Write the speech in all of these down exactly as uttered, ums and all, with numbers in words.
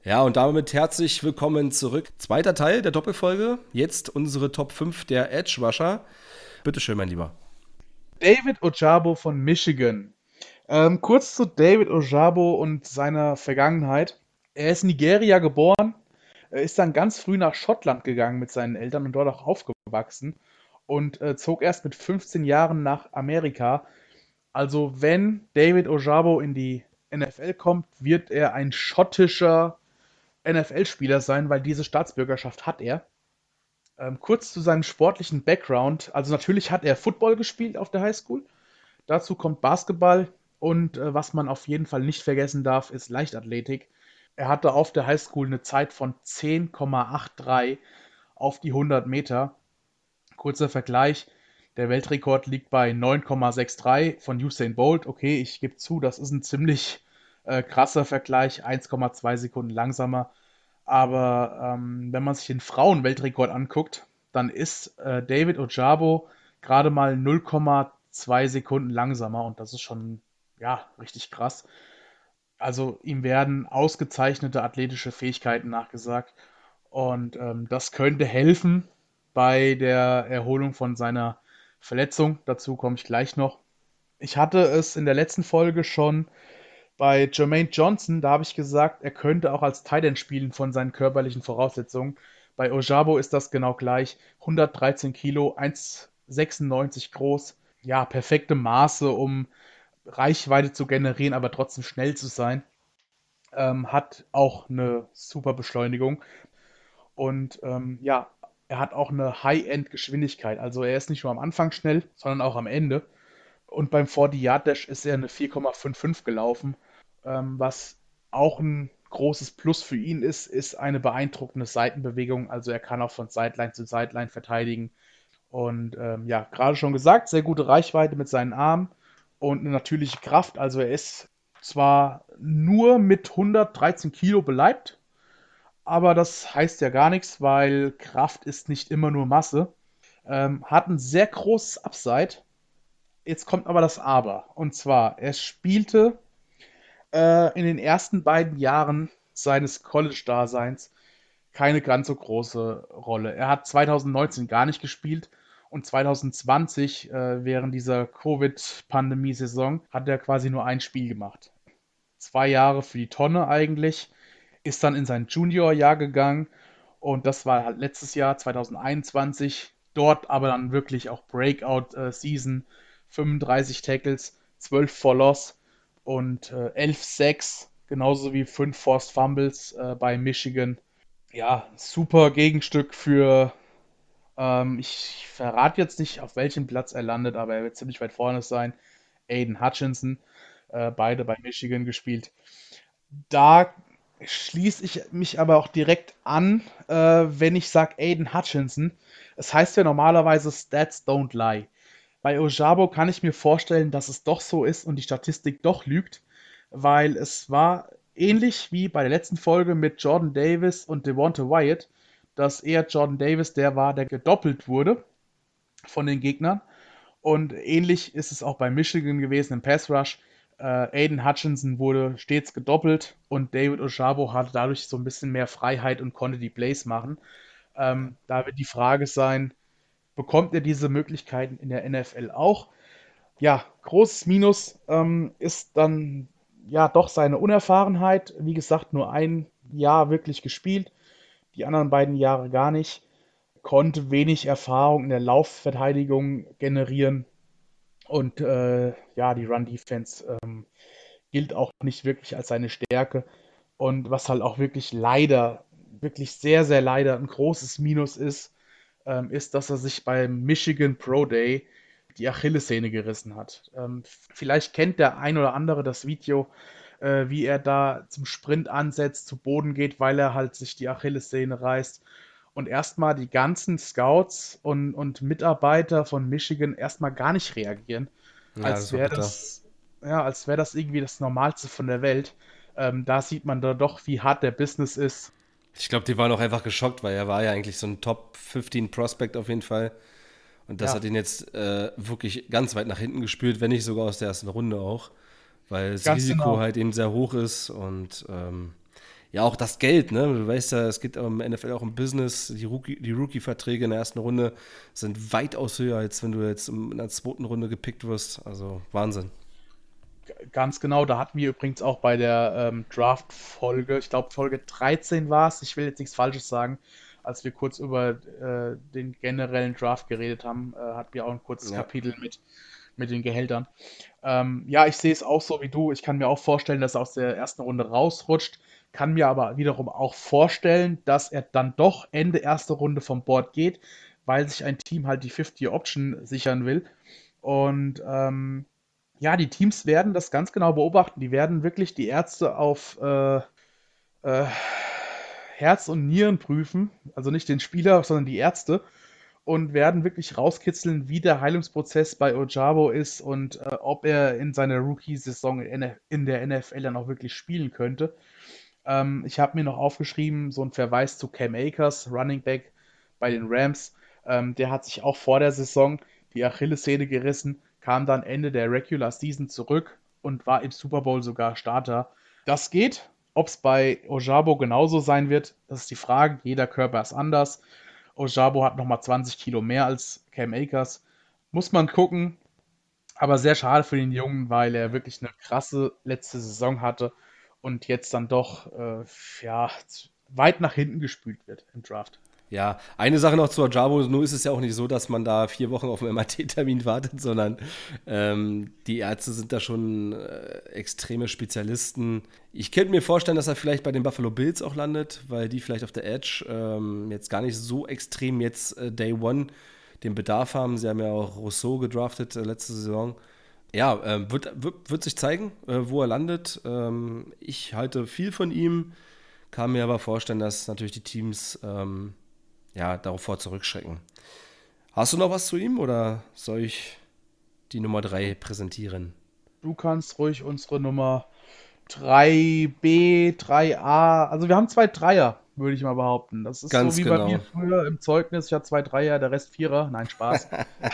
Ja, und damit herzlich willkommen zurück. Zweiter Teil der Doppelfolge. Jetzt unsere Top fünf der Edge Rusher. Bitteschön, mein Lieber. David Ojabo von Michigan. Ähm, kurz zu David Ojabo und seiner Vergangenheit. Er ist in Nigeria geboren, er ist dann ganz früh nach Schottland gegangen mit seinen Eltern und dort auch aufgewachsen und äh, zog erst mit fünfzehn Jahren nach Amerika. Also wenn David Ojabo in die N F L kommt, wird er ein schottischer N F L-Spieler sein, weil diese Staatsbürgerschaft hat er. Ähm, kurz zu seinem sportlichen Background. Also natürlich hat er Football gespielt auf der Highschool. Dazu kommt Basketball und äh, was man auf jeden Fall nicht vergessen darf, ist Leichtathletik. Er hatte auf der Highschool eine Zeit von zehn Komma dreiundachtzig auf die hundert Meter. Kurzer Vergleich, der Weltrekord liegt bei neun Komma dreiundsechzig von Usain Bolt. Okay, ich gebe zu, das ist ein ziemlich äh, krasser Vergleich, eins Komma zwei Sekunden langsamer. Aber ähm, wenn man sich den Frauen-Weltrekord anguckt, dann ist äh, David Ojabo gerade mal null Komma zwei Sekunden langsamer und das ist schon, ja, richtig krass. Also ihm werden ausgezeichnete athletische Fähigkeiten nachgesagt und ähm, das könnte helfen bei der Erholung von seiner Verletzung. Dazu komme ich gleich noch. Ich hatte es in der letzten Folge schon bei Jermaine Johnson, da habe ich gesagt, er könnte auch als Tight End spielen von seinen körperlichen Voraussetzungen. Bei Ojabo ist das genau gleich. hundertdreizehn Kilo, eins Komma sechsundneunzig groß. Ja, perfekte Maße, um Reichweite zu generieren, aber trotzdem schnell zu sein. Ähm, hat auch eine super Beschleunigung. Und ähm, ja, er hat auch eine High-End-Geschwindigkeit. Also er ist nicht nur am Anfang schnell, sondern auch am Ende. Und beim vierzig-Yard-Dash ist er eine vier Komma fünfundfünfzig gelaufen. Ähm, was auch ein großes Plus für ihn ist, ist eine beeindruckende Seitenbewegung. Also er kann auch von Sideline zu Sideline verteidigen. Und ähm, ja, gerade schon gesagt, sehr gute Reichweite mit seinen Armen und eine natürliche Kraft. Also er ist zwar nur mit hundertdreizehn Kilo beleibt, aber das heißt ja gar nichts, weil Kraft ist nicht immer nur Masse. Ähm, hat ein sehr großes Upside. Jetzt kommt aber das Aber. Und zwar, er spielte äh, in den ersten beiden Jahren seines College-Daseins keine ganz so große Rolle. Er hat zwanzig neunzehn gar nicht gespielt und zwanzig zwanzig, äh, während dieser Covid-Pandemie-Saison, hat er quasi nur ein Spiel gemacht. Zwei Jahre für die Tonne eigentlich, ist dann in sein Junior-Jahr gegangen und das war halt letztes Jahr, zwanzig einundzwanzig. Dort aber dann wirklich auch Breakout-Season, fünfunddreißig Tackles, zwölf for Loss und äh, elf Sacks, genauso wie fünf Forced Fumbles äh, bei Michigan. Ja, super Gegenstück für, ähm, ich verrate jetzt nicht, auf welchem Platz er landet, aber er wird ziemlich weit vorne sein. Aiden Hutchinson, äh, beide bei Michigan gespielt. Da schließe ich mich aber auch direkt an, äh, wenn ich sage Aiden Hutchinson. Es heißt ja normalerweise Stats don't lie. Bei Ojabo kann ich mir vorstellen, dass es doch so ist und die Statistik doch lügt, weil es war ähnlich wie bei der letzten Folge mit Jordan Davis und Devonta Wyatt, dass eher Jordan Davis der war, der gedoppelt wurde von den Gegnern. Und ähnlich ist es auch bei Michigan gewesen im Pass Rush. Äh, Aiden Hutchinson wurde stets gedoppelt und David Ojabo hatte dadurch so ein bisschen mehr Freiheit und konnte die Plays machen. Ähm, da wird die Frage sein, bekommt er diese Möglichkeiten in der N F L auch? Ja, großes Minus ähm, ist dann ja doch seine Unerfahrenheit. Wie gesagt, nur ein Jahr wirklich gespielt, die anderen beiden Jahre gar nicht. Konnte wenig Erfahrung in der Laufverteidigung generieren und äh, ja, die Run-Defense ähm, gilt auch nicht wirklich als seine Stärke. Und was halt auch wirklich leider, wirklich sehr, sehr leider ein großes Minus ist, ähm, ist, dass er sich beim Michigan Pro Day die Achillessehne gerissen hat. Ähm, vielleicht kennt der ein oder andere das Video, äh, wie er da zum Sprint ansetzt, zu Boden geht, weil er halt sich die Achillessehne reißt. Und erstmal die ganzen Scouts und, und Mitarbeiter von Michigan erstmal gar nicht reagieren, Ja, als das war wäre bitter. das, ja, als wäre das irgendwie das Normalste von der Welt. Ähm, da sieht man da doch, wie hart der Business ist. Ich glaube, die waren auch einfach geschockt, weil er war ja eigentlich so ein Top fünfzehn Prospect auf jeden Fall. Und das hat Ja, ihn jetzt äh, wirklich ganz weit nach hinten gespült, wenn nicht sogar aus der ersten Runde auch. Weil das ganz Risiko genau. halt eben sehr hoch ist und ähm, Ja, auch das Geld, ne? Du weißt ja, es geht im N F L auch um Business. Die Rookie, die Rookie-Verträge in der ersten Runde sind weitaus höher, als wenn du jetzt in der zweiten Runde gepickt wirst. Also Wahnsinn. Ganz genau, da hatten wir übrigens auch bei der ähm, Draft-Folge, ich glaube Folge dreizehn war es, ich will jetzt nichts Falsches sagen, als wir kurz über äh, den generellen Draft geredet haben, äh, hatten wir auch ein kurzes Ja. Kapitel mit, mit den Gehältern. Ähm, ja, ich sehe es auch so wie du. Ich kann mir auch vorstellen, dass er aus der ersten Runde rausrutscht, kann mir aber wiederum auch vorstellen, dass er dann doch Ende erste Runde vom Board geht, weil sich ein Team halt die fünfzig-Option sichern will. Und ähm, ja, die Teams werden das ganz genau beobachten. Die werden wirklich die Ärzte auf äh, äh, Herz und Nieren prüfen, also nicht den Spieler, sondern die Ärzte und werden wirklich rauskitzeln, wie der Heilungsprozess bei Ojabo ist und äh, ob er in seiner Rookie-Saison in in der N F L dann auch wirklich spielen könnte. Ähm, ich habe mir noch aufgeschrieben, so ein Verweis zu Cam Akers, Running Back bei den Rams. Ähm, der hat sich auch vor der Saison die Achillessehne gerissen, kam dann Ende der Regular Season zurück und war im Super Bowl sogar Starter. Das geht. Ob es bei Ojabo genauso sein wird, das ist die Frage. Jeder Körper ist anders. Ojabo hat nochmal zwanzig Kilo mehr als Cam Akers. Muss man gucken. Aber sehr schade für den Jungen, weil er wirklich eine krasse letzte Saison hatte und jetzt dann doch äh, ja, weit nach hinten gespült wird im Draft. Ja, eine Sache noch zu Ojabo, nur ist es ja auch nicht so, dass man da vier Wochen auf einen M R T-Termin wartet, sondern ähm, die Ärzte sind da schon äh, extreme Spezialisten. Ich könnte mir vorstellen, dass er vielleicht bei den Buffalo Bills auch landet, weil die vielleicht auf der Edge ähm, jetzt gar nicht so extrem jetzt äh, Day One den Bedarf haben. Sie haben ja auch Rousseau gedraftet äh, letzte Saison. Ja, äh, wird, wird, wird sich zeigen, äh, wo er landet. Ähm, ich halte viel von ihm, kann mir aber vorstellen, dass natürlich die Teams ähm, ja, darauf vor zurückschrecken. Hast du noch was zu ihm oder soll ich die Nummer drei präsentieren? Du kannst ruhig unsere Nummer drei B, drei A, also wir haben zwei Dreier, würde ich mal behaupten. Das ist so Ganz wie bei mir genau. früher im Zeugnis. Ich hatte zwei Dreier, der Rest Vierer. Nein, Spaß.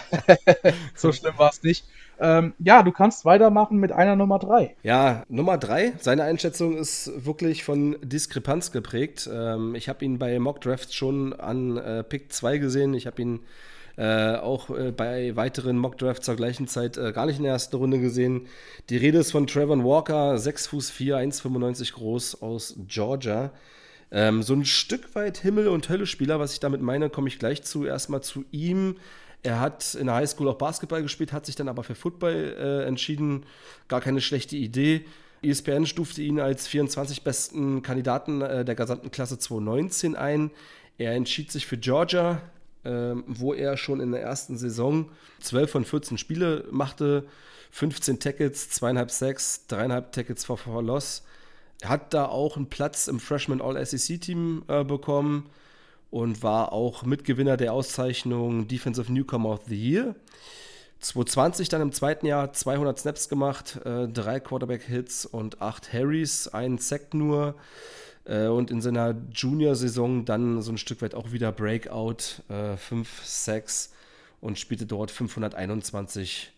So schlimm war es nicht. Ähm, ja, du kannst weitermachen mit einer Nummer drei. Ja, Nummer drei. Seine Einschätzung ist wirklich von Diskrepanz geprägt. Ähm, ich habe ihn bei Mock Drafts schon an äh, Pick zwei gesehen. Ich habe ihn äh, auch äh, bei weiteren Mock Drafts zur gleichen Zeit äh, gar nicht in der ersten Runde gesehen. Die Rede ist von Trevor Walker, sechs Fuß vier, eins Komma fünfundneunzig groß aus Georgia. Ähm, so ein Stück weit Himmel- und Hölle-Spieler, was ich damit meine, komme ich gleich zu. Erstmal zu ihm. Er hat in der Highschool auch Basketball gespielt, hat sich dann aber für Football äh, entschieden. Gar keine schlechte Idee. E S P N stufte ihn als vierundzwanzig besten Kandidaten äh, der gesamten Klasse zwanzig neunzehn ein. Er entschied sich für Georgia, äh, wo er schon in der ersten Saison zwölf von vierzehn Spiele machte, fünfzehn Tackles, zweieinhalb Sacks, dreieinhalb Tackles for, for Loss. Er hat da auch einen Platz im Freshman All-S E C-Team äh, bekommen und war auch Mitgewinner der Auszeichnung Defensive Newcomer of the Year. zwanzig zwanzig dann im zweiten Jahr zweihundert Snaps gemacht, äh, drei Quarterback-Hits und acht Harrys, einen Sack nur. Äh, und in seiner Junior-Saison dann so ein Stück weit auch wieder Breakout, äh, fünf Sacks und spielte dort fünfhunderteinundzwanzig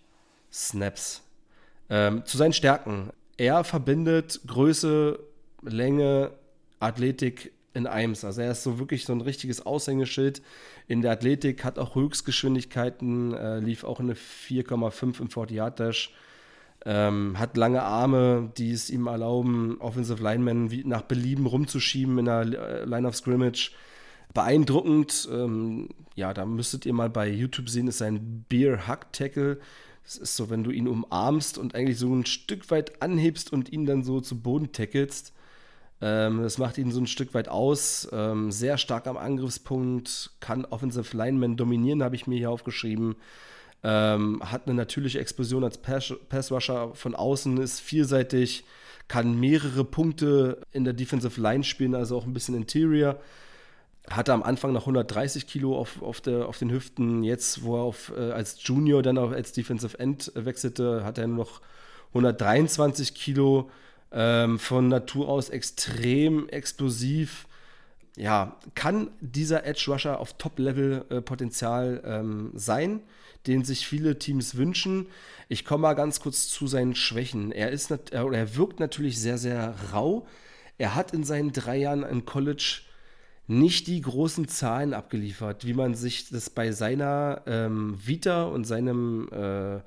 Snaps. Ähm, zu seinen Stärken. Er verbindet Größe, Länge, Athletik in Eins. Also er ist so wirklich so ein richtiges Aushängeschild in der Athletik, hat auch Höchstgeschwindigkeiten, äh, lief auch eine vier Komma fünf im vierzig-Yard-Dash, ähm, hat lange Arme, die es ihm erlauben, Offensive Linemen wie nach Belieben rumzuschieben in der Line of Scrimmage. Beeindruckend, ähm, ja, da müsstet ihr mal bei YouTube sehen, ist ein Bear Hug Tackle. Das ist so, wenn du ihn umarmst und eigentlich so ein Stück weit anhebst und ihn dann so zu Boden tackelst. Ähm, das macht ihn so ein Stück weit aus. Ähm, sehr stark am Angriffspunkt, kann Offensive Linemen dominieren, habe ich mir hier aufgeschrieben. Ähm, hat eine natürliche Explosion als Pass- Pass-Rusher von außen, ist vielseitig, kann mehrere Punkte in der Defensive Line spielen, also auch ein bisschen Interior. Hatte am Anfang noch hundertdreißig Kilo auf, auf, der, auf den Hüften. Jetzt, wo er auf, äh, als Junior dann auch als Defensive End äh, wechselte, hat er nur noch hundertdreiundzwanzig Kilo. Ähm, von Natur aus extrem explosiv. Ja, kann dieser Edge Rusher auf Top-Level-Potenzial äh, ähm, sein, den sich viele Teams wünschen. Ich komme mal ganz kurz zu seinen Schwächen. Er ist nat- oder er wirkt natürlich sehr, sehr rau. er hat in seinen drei Jahren im College nicht die großen Zahlen abgeliefert, wie man sich das bei seiner ähm, Vita und seinem, äh,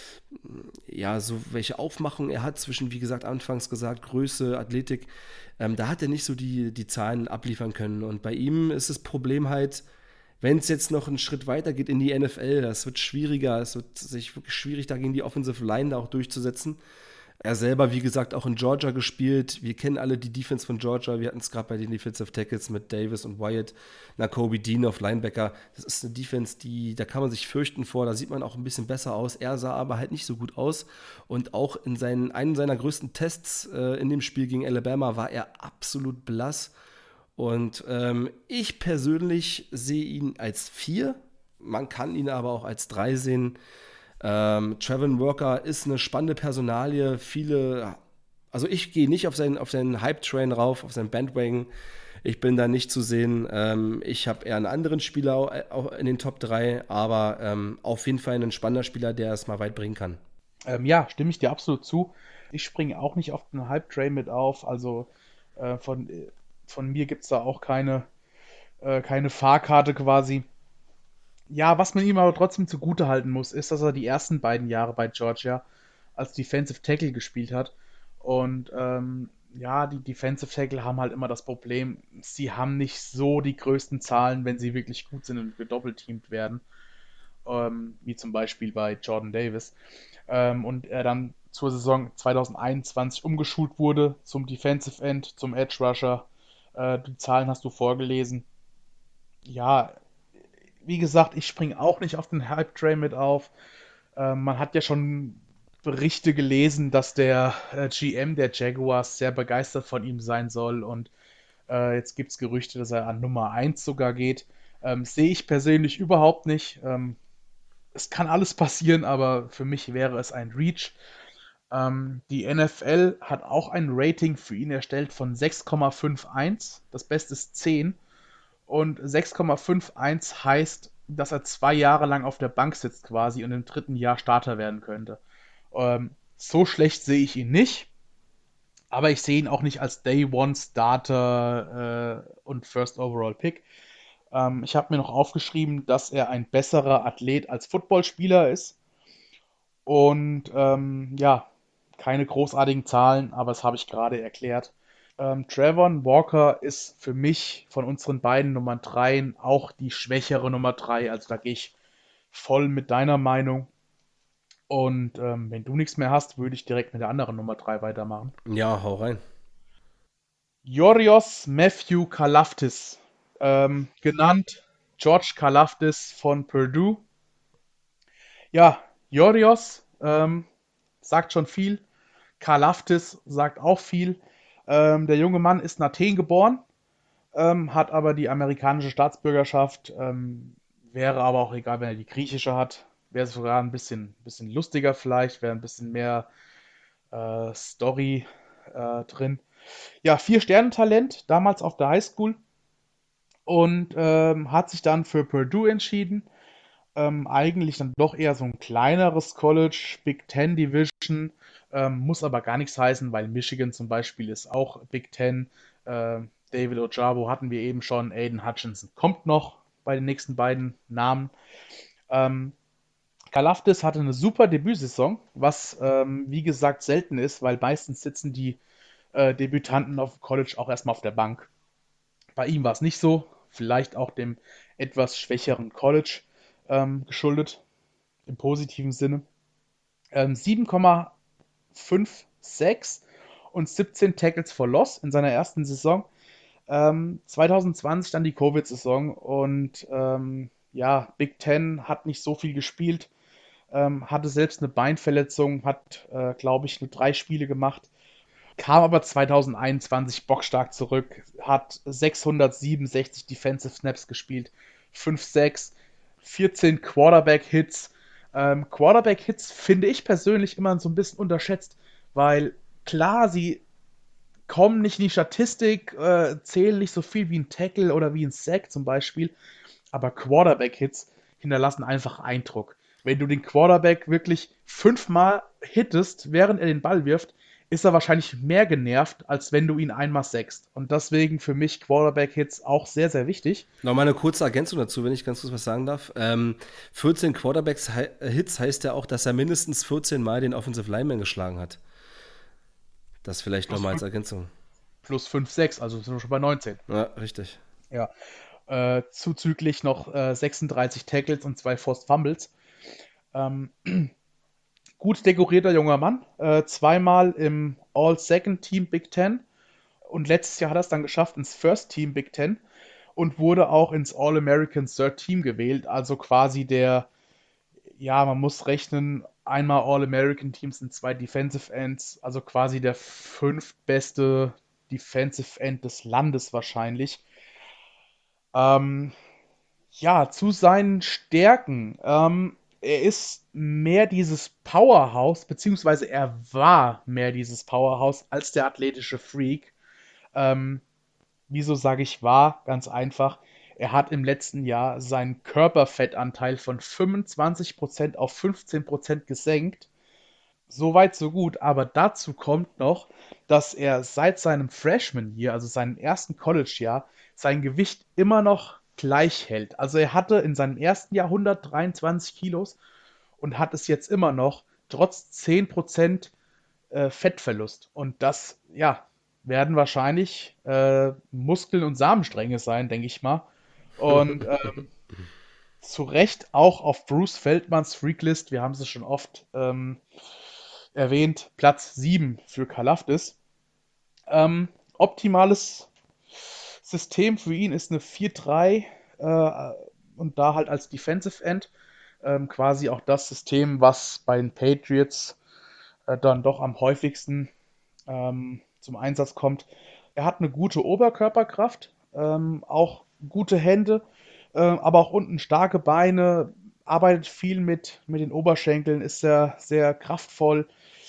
ja, so welche Aufmachung er hat zwischen, wie gesagt, anfangs gesagt, Größe, Athletik, ähm, da hat er nicht so die, die Zahlen abliefern können. Und bei ihm ist das Problem halt, wenn es jetzt noch einen Schritt weiter geht in die N F L, das wird schwieriger, es wird sich wirklich schwierig, da gegen die Offensive Line da auch durchzusetzen. Er selber, wie gesagt, auch in Georgia gespielt. Wir kennen alle die Defense von Georgia. Wir hatten es gerade bei den Defensive Tackles mit Davis und Wyatt, Nakobe Dean auf Linebacker. Das ist eine Defense, die, da kann man sich fürchten vor. Da sieht man auch ein bisschen besser aus. Er sah aber halt nicht so gut aus. Und auch in seinen, einem seiner größten Tests äh, in dem Spiel gegen Alabama war er absolut blass. Und ähm, ich persönlich sehe ihn als vier. Man kann ihn aber auch als drei sehen. Ähm, Trevin Walker ist eine spannende Personalie. Viele, also ich gehe nicht auf seinen, auf seinen Hype-Train rauf, auf seinen Bandwagon. Ich bin da nicht zu sehen. Ähm, ich habe eher einen anderen Spieler auch in den Top drei, aber ähm, auf jeden Fall ein spannender Spieler, der es mal weit bringen kann. Ähm, ja, stimme ich dir absolut zu. Ich springe auch nicht auf den Hype-Train mit auf. Also äh, von, äh, von mir gibt es da auch keine, äh, keine Fahrkarte quasi. Ja, was man ihm aber trotzdem zugute halten muss, ist, dass er die ersten beiden Jahre bei Georgia als Defensive Tackle gespielt hat. Und ähm, ja, die Defensive Tackle haben halt immer das Problem, sie haben nicht so die größten Zahlen, wenn sie wirklich gut sind und gedoppelteamt werden. Ähm, wie zum Beispiel bei Jordan Davis. Ähm, und er dann zur Saison zwanzig einundzwanzig umgeschult wurde zum Defensive End, zum Edge Rusher. Äh, die Zahlen hast du vorgelesen. Ja, wie gesagt, ich springe auch nicht auf den Hype-Train mit auf. Ähm, man hat ja schon Berichte gelesen, dass der äh, G M der Jaguars sehr begeistert von ihm sein soll. Und äh, jetzt gibt es Gerüchte, dass er an Nummer eins sogar geht. Ähm, sehe ich persönlich überhaupt nicht. Ähm, es kann alles passieren, aber für mich wäre es ein Reach. Ähm, die N F L hat auch ein Rating für ihn erstellt von sechs Komma einundfünfzig. Das Beste ist zehn. Und sechs Komma einundfünfzig heißt, dass er zwei Jahre lang auf der Bank sitzt quasi und im dritten Jahr Starter werden könnte. Ähm, so schlecht sehe ich ihn nicht, aber ich sehe ihn auch nicht als Day One Starter äh, und First Overall Pick. Ähm, ich habe mir noch aufgeschrieben, dass er ein besserer Athlet als Footballspieler ist. Und ähm, ja, keine großartigen Zahlen, aber das habe ich gerade erklärt. Ähm, Trevon Walker ist für mich von unseren beiden Nummer drei auch die schwächere Nummer drei. Also da gehe ich voll mit deiner Meinung. Und ähm, wenn du nichts mehr hast, würde ich direkt mit der anderen Nummer drei weitermachen. Ja, hau rein. Yorios Matthew Kalaftis, ähm, genannt George Kalaftis von Purdue. Ja, Yorios ähm, sagt schon viel. Kalaftis sagt auch viel. Ähm, der junge Mann ist in Athen geboren, ähm, hat aber die amerikanische Staatsbürgerschaft, ähm, wäre aber auch egal, wenn er die griechische hat. Wäre sogar ein bisschen, bisschen lustiger vielleicht, wäre ein bisschen mehr äh, Story äh, drin. Ja, vier Sterne-Talent, damals auf der Highschool und ähm, hat sich dann für Purdue entschieden. Ähm, eigentlich dann doch eher so ein kleineres College, Big Ten Division, ähm, muss aber gar nichts heißen, weil Michigan zum Beispiel ist auch Big Ten. Äh, David Ojabo hatten wir eben schon, Aiden Hutchinson kommt noch bei den nächsten beiden Namen. Ähm, Kalafdis hatte eine super Debütsaison, was ähm, wie gesagt selten ist, weil meistens sitzen die äh, Debütanten auf College auch erstmal auf der Bank. Bei ihm war es nicht so, vielleicht auch dem etwas schwächeren College ähm, geschuldet, im positiven Sinne. Ähm, sieben Komma fünfundsechzig und siebzehn Tackles for Loss in seiner ersten Saison. Ähm, zwanzig zwanzig dann die Covid-Saison und ähm, ja, Big Ten hat nicht so viel gespielt, ähm, hatte selbst eine Beinverletzung, hat, äh, glaube ich, nur drei Spiele gemacht, kam aber zwanzig einundzwanzig bockstark zurück, hat sechshundertsiebenundsechzig Defensive Snaps gespielt, fünf Sacks, vierzehn Quarterback-Hits. Ähm, Quarterback-Hits finde ich persönlich immer so ein bisschen unterschätzt, weil klar, sie kommen nicht in die Statistik, äh, zählen nicht so viel wie ein Tackle oder wie ein Sack zum Beispiel, aber Quarterback-Hits hinterlassen einfach Eindruck. Wenn du den Quarterback wirklich fünfmal hittest, während er den Ball wirft, ist er wahrscheinlich mehr genervt, als wenn du ihn einmal sackst. Und deswegen für mich Quarterback-Hits auch sehr, sehr wichtig. Nochmal eine kurze Ergänzung dazu, wenn ich ganz kurz was sagen darf. Ähm, vierzehn Quarterbacks-Hits heißt ja auch, dass er mindestens vierzehn Mal den Offensive Lineman geschlagen hat. Das vielleicht Plus nochmal als fünf, Ergänzung. plus fünf, sechs, also sind wir schon bei neunzehn. Ja, richtig. Ja. Äh, zuzüglich noch äh, sechsunddreißig Tackles und zwei Forced Fumbles. Ähm, gut dekorierter junger Mann, äh, zweimal im All-Second-Team Big Ten und letztes Jahr hat er es dann geschafft ins First-Team Big Ten und wurde auch ins All-American Third Team gewählt, also quasi der, ja, man muss rechnen, einmal All-American Teams sind zwei Defensive Ends, also quasi der fünftbeste Defensive End des Landes wahrscheinlich. Ähm, Ja, zu seinen Stärken. Ähm, er ist mehr dieses Powerhouse, beziehungsweise er war mehr dieses Powerhouse als der athletische Freak. Ähm, Wieso sage ich war? Ganz einfach. Er hat im letzten Jahr seinen Körperfettanteil von fünfundzwanzig Prozent auf fünfzehn Prozent gesenkt. So weit, so gut. Aber dazu kommt noch, dass er seit seinem Freshman-Year, also seinem ersten College-Jahr, sein Gewicht immer noch gleich hält. Also er hatte in seinem ersten Jahr hundertdreiundzwanzig Kilos und hat es jetzt immer noch, trotz zehn Prozent äh, Fettverlust. Und das, ja, werden wahrscheinlich äh, Muskeln und Samenstränge sein, denke ich mal. Und ähm, zu Recht auch auf Bruce Feldmans Freaklist, wir haben es schon oft ähm, erwähnt, Platz sieben für Kalafdis. Ähm, optimales System für ihn ist eine vier drei äh, und da halt als Defensive End. Ähm, quasi auch das System, was bei den Patriots äh, dann doch am häufigsten ähm, zum Einsatz kommt. Er hat eine gute Oberkörperkraft, ähm, auch gute Hände, äh, aber auch unten starke Beine, arbeitet viel mit, mit den Oberschenkeln, ist sehr, sehr kraftvoll.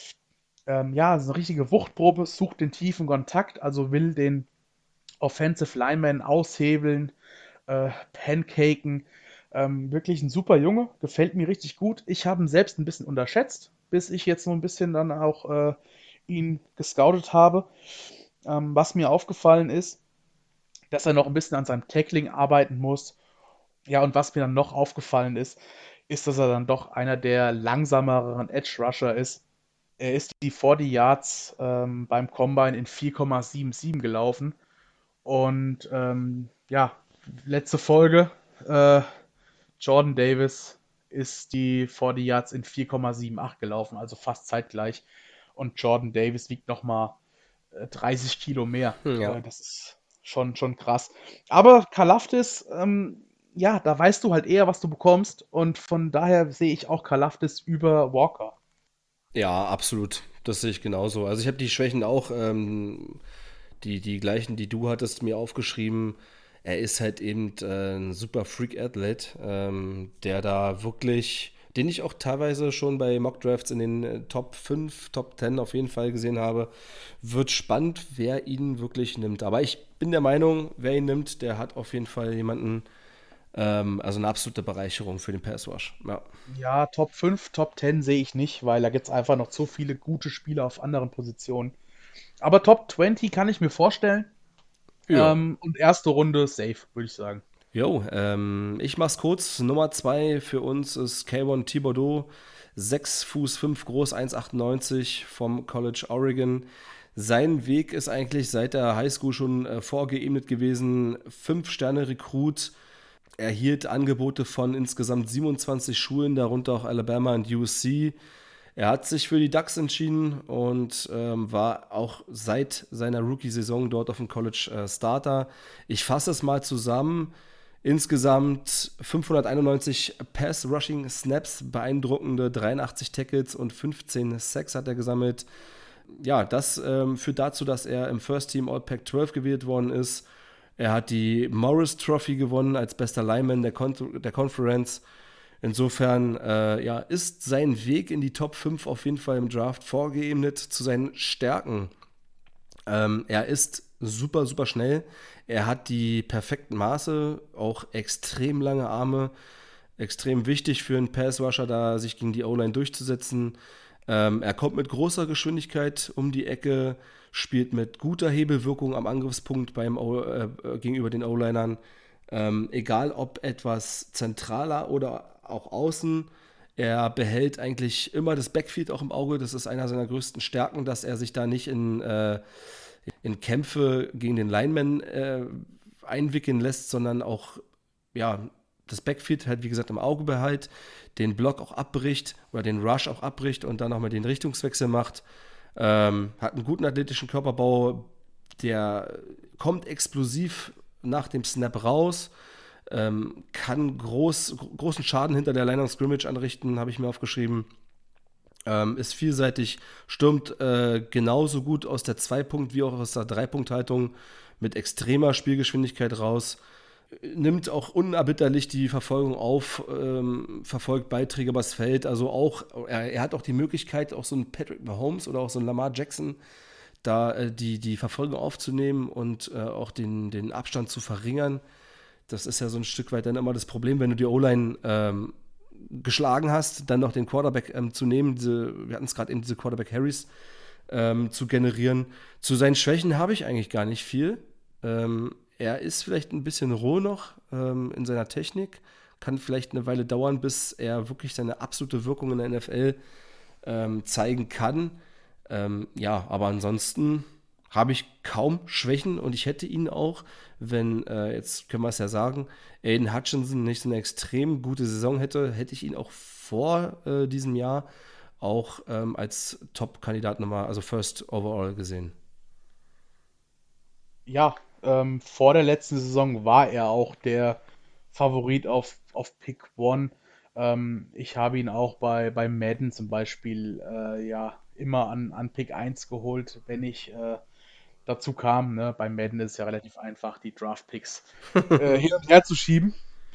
Ähm, ja, ist eine richtige Wuchtprobe, sucht den tiefen Kontakt, also will den Offensive Lineman aushebeln, äh, pancaken. Ähm, wirklich ein super Junge, gefällt mir richtig gut. Ich habe ihn selbst ein bisschen unterschätzt, bis ich jetzt so ein bisschen dann auch äh, ihn gescoutet habe. Ähm, was mir aufgefallen ist, dass er noch ein bisschen an seinem Tackling arbeiten muss. Ja, und was mir dann noch aufgefallen ist, ist, dass er dann doch einer der langsameren Edge Rusher ist. Er ist die vierzig Yards ähm, beim Combine in vier Komma siebenundsiebzig gelaufen. Und ähm, ja, letzte Folge, äh, Jordan Davis ist die vierzig Yards in vier Komma achtzig gelaufen, also fast zeitgleich. Und Jordan Davis wiegt nochmal äh, dreißig Kilo mehr. Hm, ja. Äh, das ist schon, schon krass. Aber Kalafdis, ähm, ja, da weißt du halt eher, was du bekommst. Und von daher sehe ich auch Kalafdis über Walker. Ja, absolut. Das sehe ich genauso. Also ich habe die Schwächen auch, ähm, die, die gleichen, die du hattest, mir aufgeschrieben. Er ist halt eben äh, ein super Freak-Athlet, ähm, der da wirklich, den ich auch teilweise schon bei Mock-Drafts in den äh, Top fünf, Top zehn auf jeden Fall gesehen habe. Wird spannend, wer ihn wirklich nimmt. Aber ich bin der Meinung, wer ihn nimmt, der hat auf jeden Fall jemanden, ähm, also eine absolute Bereicherung für den Pass Rush. Ja. Ja, Top fünf, Top zehn sehe ich nicht, weil da gibt es einfach noch so viele gute Spieler auf anderen Positionen. Aber Top zwanzig kann ich mir vorstellen. Ja. Ähm, und erste Runde safe, würde ich sagen. Jo, ähm, ich mach's kurz. Nummer zwei für uns ist Kayvon Thibodeau. sechs Fuß fünf groß, eins Komma achtundneunzig vom College Oregon. Sein Weg ist eigentlich seit der Highschool schon äh, vorgeebnet gewesen. Fünf-Sterne-Rekrut, erhielt Angebote von insgesamt siebenundzwanzig Schulen, darunter auch Alabama und U S C. Er hat sich für die Ducks entschieden und ähm, war auch seit seiner Rookie-Saison dort auf dem College äh, Starter. Ich fasse es mal zusammen. Insgesamt fünfhunderteinundneunzig Pass-Rushing-Snaps, beeindruckende dreiundachtzig Tackles und fünfzehn Sacks hat er gesammelt. Ja, das ähm, führt dazu, dass er im First Team All-Pac zwölf gewählt worden ist. Er hat die Morris Trophy gewonnen als bester Lineman der, Con- der Conference. Insofern äh, ja, ist sein Weg in die Top fünf auf jeden Fall im Draft vorgeebnet. Zu seinen Stärken. Ähm, er ist super, super schnell. Er hat die perfekten Maße, auch extrem lange Arme. Extrem wichtig für einen Pass-Rusher, da sich gegen die O-Line durchzusetzen. Ähm, er kommt mit großer Geschwindigkeit um die Ecke, spielt mit guter Hebelwirkung am Angriffspunkt beim o, äh, gegenüber den O-Linern. Ähm, egal ob etwas zentraler oder auch außen, er behält eigentlich immer das Backfield auch im Auge. Das ist einer seiner größten Stärken, dass er sich da nicht in, äh, in Kämpfe gegen den Lineman äh, einwickeln lässt, sondern auch ja, das Backfield halt, wie gesagt, im Auge behält, den Block auch abbricht oder den Rush auch abbricht und dann nochmal den Richtungswechsel macht. Ähm, hat einen guten athletischen Körperbau, der kommt explosiv nach dem Snap raus, ähm, kann groß, großen Schaden hinter der Line of Scrimmage anrichten, habe ich mir aufgeschrieben. Ähm, ist vielseitig, stürmt äh, genauso gut aus der Zwei-Punkt- wie auch aus der Drei-Punkt-Haltung mit extremer Spielgeschwindigkeit raus. Nimmt auch unerbitterlich die Verfolgung auf, ähm, verfolgt Beiträge übers Feld. Also auch, er, er hat auch die Möglichkeit, auch so einen Patrick Mahomes oder auch so einen Lamar Jackson da äh, die, die Verfolgung aufzunehmen und äh, auch den, den Abstand zu verringern. Das ist ja so ein Stück weit dann immer das Problem, wenn du die O-Line ähm, geschlagen hast, dann noch den Quarterback ähm, zu nehmen, diese, wir hatten es gerade eben, diese Quarterback-Harrys ähm, zu generieren. Zu seinen Schwächen habe ich eigentlich gar nicht viel. Ähm, er ist vielleicht ein bisschen roh noch ähm, in seiner Technik, kann vielleicht eine Weile dauern, bis er wirklich seine absolute Wirkung in der N F L ähm, zeigen kann. Ähm, ja, aber ansonsten habe ich kaum Schwächen und ich hätte ihn auch, wenn, äh, jetzt können wir es ja sagen, Aiden Hutchinson nicht so eine extrem gute Saison hätte, hätte ich ihn auch vor äh, diesem Jahr auch ähm, als Top-Kandidat nochmal, also First Overall gesehen. Ja, ähm, vor der letzten Saison war er auch der Favorit auf, auf Pick One. Ähm, ich habe ihn auch bei, bei Madden zum Beispiel äh, ja immer an, an Pick eins geholt, wenn ich äh, dazu kam. Ne? Bei Madden ist es ja relativ einfach, die Draft-Picks äh, hin und her zu schieben.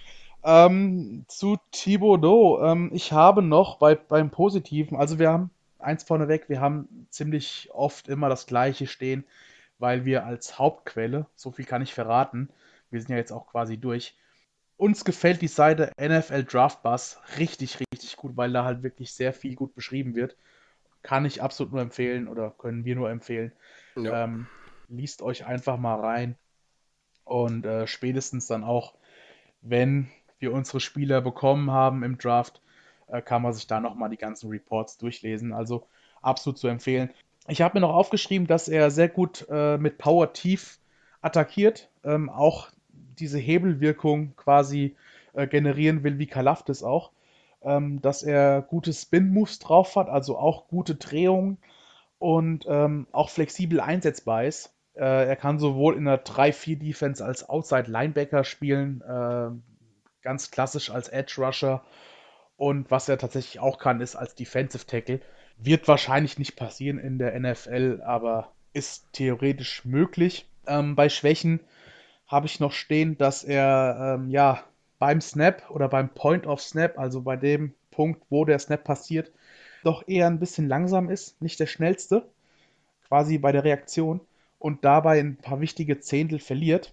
Ähm, zu Thibodeau, ähm, ich habe noch bei, beim Positiven, also wir haben eins vorneweg, wir haben ziemlich oft immer das Gleiche stehen, weil wir als Hauptquelle, so viel kann ich verraten, wir sind ja jetzt auch quasi durch, uns gefällt die Seite N F L Draft Buzz richtig, richtig gut, weil da halt wirklich sehr viel gut beschrieben wird. Kann ich absolut nur empfehlen oder können wir nur empfehlen. Ja. Ähm, liest euch einfach mal rein und äh, spätestens dann auch, wenn wir unsere Spieler bekommen haben im Draft, äh, kann man sich da nochmal die ganzen Reports durchlesen. Also absolut zu empfehlen. Ich habe mir noch aufgeschrieben, dass er sehr gut äh, mit Power tief attackiert, ähm, auch diese Hebelwirkung quasi äh, generieren will, wie Kalafdis auch. Ähm, dass er gute Spin-Moves drauf hat, also auch gute Drehungen und ähm, auch flexibel einsetzbar ist. Äh, er kann sowohl in der drei vier Defense als Outside Linebacker spielen, äh, ganz klassisch als Edge Rusher. Und was er tatsächlich auch kann, ist als Defensive Tackle. Wird wahrscheinlich nicht passieren in der N F L, aber ist theoretisch möglich. Ähm, bei Schwächen habe ich noch stehen, dass er ähm, ja beim Snap oder beim Point of Snap, also bei dem Punkt, wo der Snap passiert, doch eher ein bisschen langsam ist, nicht der schnellste, quasi bei der Reaktion und dabei ein paar wichtige Zehntel verliert.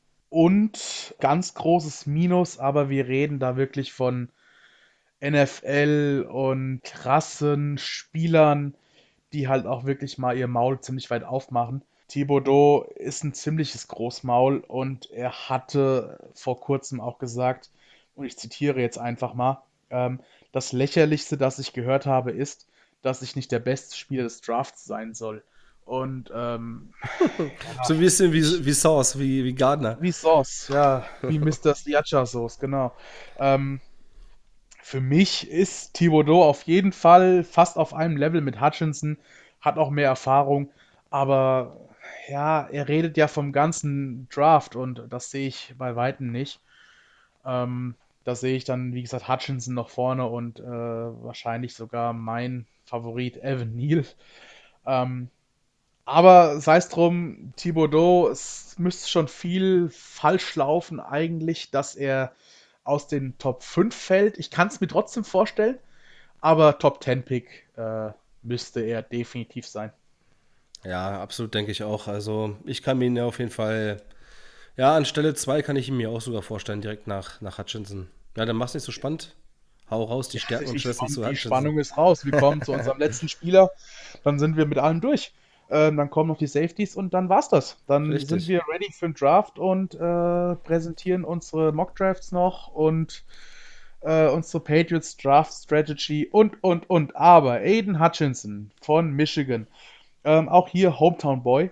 Und ganz großes Minus, aber wir reden da wirklich von N F L und krassen Spielern, die halt auch wirklich mal ihr Maul ziemlich weit aufmachen. Thibodeau ist ein ziemliches Großmaul und er hatte vor kurzem auch gesagt, und ich zitiere jetzt einfach mal, ähm, das Lächerlichste, das ich gehört habe, ist, dass ich nicht der beste Spieler des Drafts sein soll. Und ähm, ja, So ein bisschen ich, wie, wie Sauce, wie, wie Gardner. wie Sauce, ja, wie Mister Sriracha Sauce, genau. Ähm, für mich ist Thibodeau auf jeden Fall fast auf einem Level mit Hutchinson, hat auch mehr Erfahrung, aber ja, er redet ja vom ganzen Draft und das sehe ich bei Weitem nicht. Ähm, da sehe ich dann, wie gesagt, Hutchinson noch vorne und äh, wahrscheinlich sogar mein Favorit Evan Neal. Ähm, aber sei es drum, Thibodeau, es müsste schon viel falsch laufen eigentlich, dass er aus den Top fünf fällt. Ich kann es mir trotzdem vorstellen, aber Top zehn Pick äh, müsste er definitiv sein. Ja, absolut denke ich auch. Also ich kann mir ihn ja auf jeden Fall, ja, an Stelle zwei kann ich ihn mir auch sogar vorstellen, direkt nach, nach Hutchinson. Ja, dann mach's nicht so spannend. Hau raus, die Ja, Stärken und die, Schwächen Spann zu die Hutchinson. Spannung ist raus. Wir kommen zu unserem letzten Spieler. Dann sind wir mit allem durch. Ähm, dann kommen noch die Safeties und dann war's das. Dann sind Richtig. wir ready für den Draft und äh, präsentieren unsere Mock Drafts noch und äh, unsere Patriots Draft Strategy und, und, und. Aber Aiden Hutchinson von Michigan, ähm, auch hier Hometown Boy,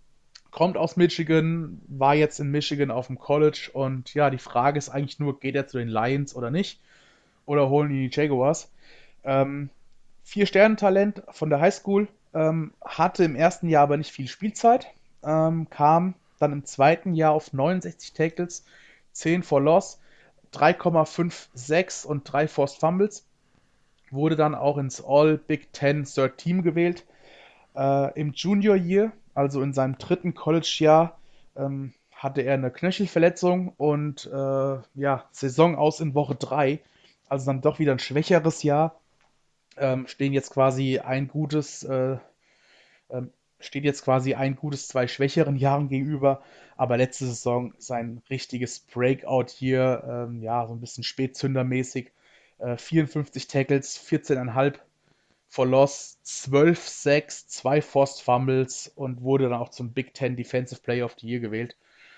kommt aus Michigan, war jetzt in Michigan auf dem College und ja, die Frage ist eigentlich nur, geht er zu den Lions oder nicht? Oder holen ihn die Jaguars? Ähm, Vier-Sterne-Talent von der Highschool, ähm, hatte im ersten Jahr aber nicht viel Spielzeit, ähm, kam dann im zweiten Jahr auf neunundsechzig Tackles, zehn for Loss, drei Komma fünf sechs und drei Forced Fumbles, wurde dann auch ins All-Big Ten Third Team gewählt. Äh, Im Junior Year, also in seinem dritten College-Jahr, ähm, hatte er eine Knöchelverletzung und äh, ja, Saison aus in Woche drei, also dann doch wieder ein schwächeres Jahr. Ähm, stehen jetzt quasi ein gutes, äh, ähm, steht jetzt quasi ein gutes zwei schwächeren Jahren gegenüber, aber letzte Saison sein richtiges Breakout hier, ähm, ja, so ein bisschen Spätzündermäßig. Äh, vierundfünfzig Tackles, vierzehn Komma fünf for Loss, zwölf Sacks, zwei Forced Fumbles und wurde dann auch zum Big Ten Defensive Player of the Year gewählt.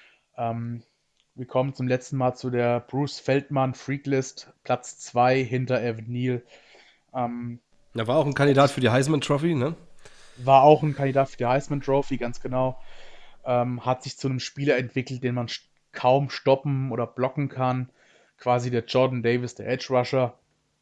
Ähm, wir kommen zum letzten Mal zu der Bruce Feldman Freaklist, Platz zwei hinter Evan Neal. Ähm, Er war auch ein hat Kandidat sich für die Heisman Trophy, ne? War auch ein Kandidat für die Heisman Trophy, ganz genau. Ähm, hat sich zu einem Spieler entwickelt, den man kaum stoppen oder blocken kann. Quasi der Jordan Davis, der Edge Rusher.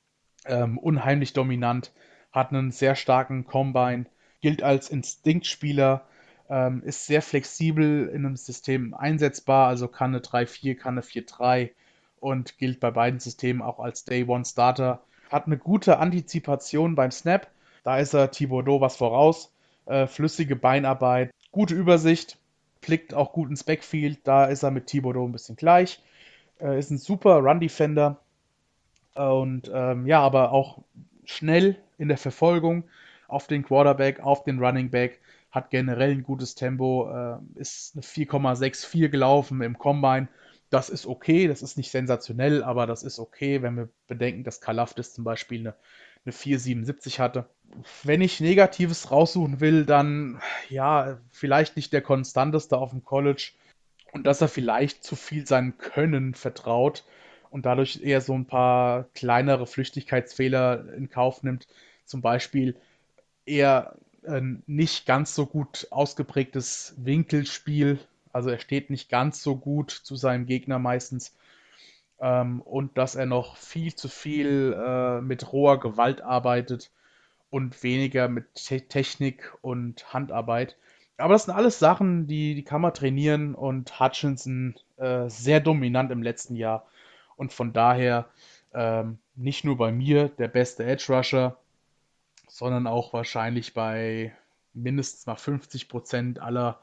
Ähm, unheimlich dominant, hat einen sehr starken Combine, gilt als Instinktspieler, ähm, ist sehr flexibel in einem System einsetzbar, also kann eine drei vier, kann eine vier drei und gilt bei beiden Systemen auch als Day One Starter. Hat eine gute Antizipation beim Snap, da ist er Thibodeau was voraus. Äh, flüssige Beinarbeit, gute Übersicht, blickt auch gut ins Backfield, da ist er mit Thibodeau ein bisschen gleich. Äh, ist ein super Run-Defender, und ähm, ja, aber auch schnell in der Verfolgung auf den Quarterback, auf den Running Back, hat generell ein gutes Tempo, äh, ist eine vier Komma sechs vier gelaufen im Combine. Das ist okay, das ist nicht sensationell, aber das ist okay, wenn wir bedenken, dass Kalafdis zum Beispiel eine, eine vier Komma siebenundsiebzig hatte. Wenn ich Negatives raussuchen will, dann ja, vielleicht nicht der konstanteste auf dem College, und dass er vielleicht zu viel seinem Können vertraut und dadurch eher so ein paar kleinere Flüchtigkeitsfehler in Kauf nimmt. Zum Beispiel eher ein nicht ganz so gut ausgeprägtes Winkelspiel. Also er steht nicht ganz so gut zu seinem Gegner meistens. Ähm, und dass er noch viel zu viel äh, mit roher Gewalt arbeitet und weniger mit Te Technik und Handarbeit. Aber das sind alles Sachen, die, die kann man trainieren, und Hutchinson äh, sehr dominant im letzten Jahr. Und von daher ähm, nicht nur bei mir der beste Edge Rusher, sondern auch wahrscheinlich bei mindestens mal fünfzig Prozent aller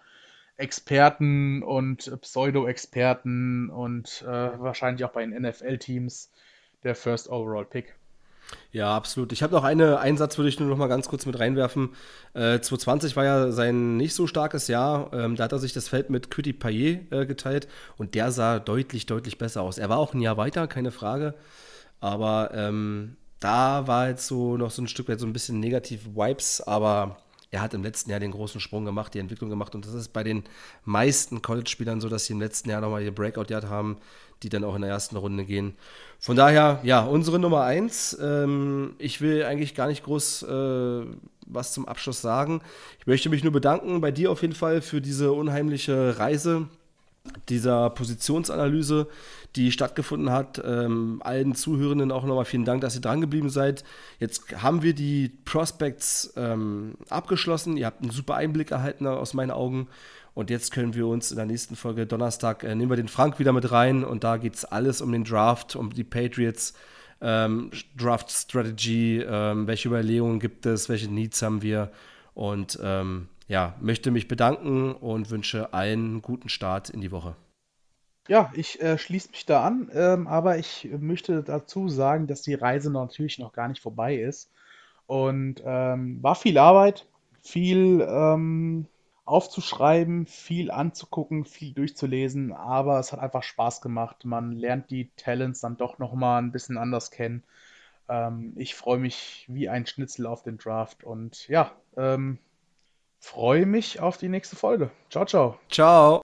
Experten und Pseudo-Experten und äh, wahrscheinlich auch bei den N F L-Teams der First Overall Pick. Ja, absolut. Ich habe noch eine, einen Satz, würde ich nur noch mal ganz kurz mit reinwerfen. Äh, zwanzig zwanzig war ja sein nicht so starkes Jahr. Ähm, da hat er sich das Feld mit Quitty Payet äh, geteilt und der sah deutlich, deutlich besser aus. Er war auch ein Jahr weiter, keine Frage. Aber ähm, da war jetzt so noch so ein Stück weit so ein bisschen negative Vibes, aber er hat im letzten Jahr den großen Sprung gemacht, die Entwicklung gemacht und das ist bei den meisten College-Spielern so, dass sie im letzten Jahr nochmal ihr Breakout-Jahr haben, die dann auch in der ersten Runde gehen. Von daher, ja, unsere Nummer eins. Ähm, ich will eigentlich gar nicht groß äh, was zum Abschluss sagen. Ich möchte mich nur bedanken bei dir auf jeden Fall für diese unheimliche Reise dieser Positionsanalyse, die stattgefunden hat. Ähm, allen Zuhörenden auch nochmal vielen Dank, dass ihr dran geblieben seid. Jetzt haben wir die Prospects ähm, abgeschlossen. Ihr habt einen super Einblick erhalten aus meinen Augen. Und jetzt können wir uns in der nächsten Folge Donnerstag, äh, nehmen wir den Frank wieder mit rein. Und da geht es alles um den Draft, um die Patriots, ähm, Draft Strategy, ähm, welche Überlegungen gibt es, welche Needs haben wir. Und ähm, ja, möchte mich bedanken und wünsche allen einen guten Start in die Woche. Ja, ich äh, schließe mich da an, ähm, aber ich möchte dazu sagen, dass die Reise natürlich noch gar nicht vorbei ist. Und ähm, war viel Arbeit, viel ähm, aufzuschreiben, viel anzugucken, viel durchzulesen, aber es hat einfach Spaß gemacht. Man lernt die Talents dann doch nochmal ein bisschen anders kennen. Ähm, ich freue mich wie ein Schnitzel auf den Draft und ja, ähm, freue mich auf die nächste Folge. Ciao, ciao. Ciao.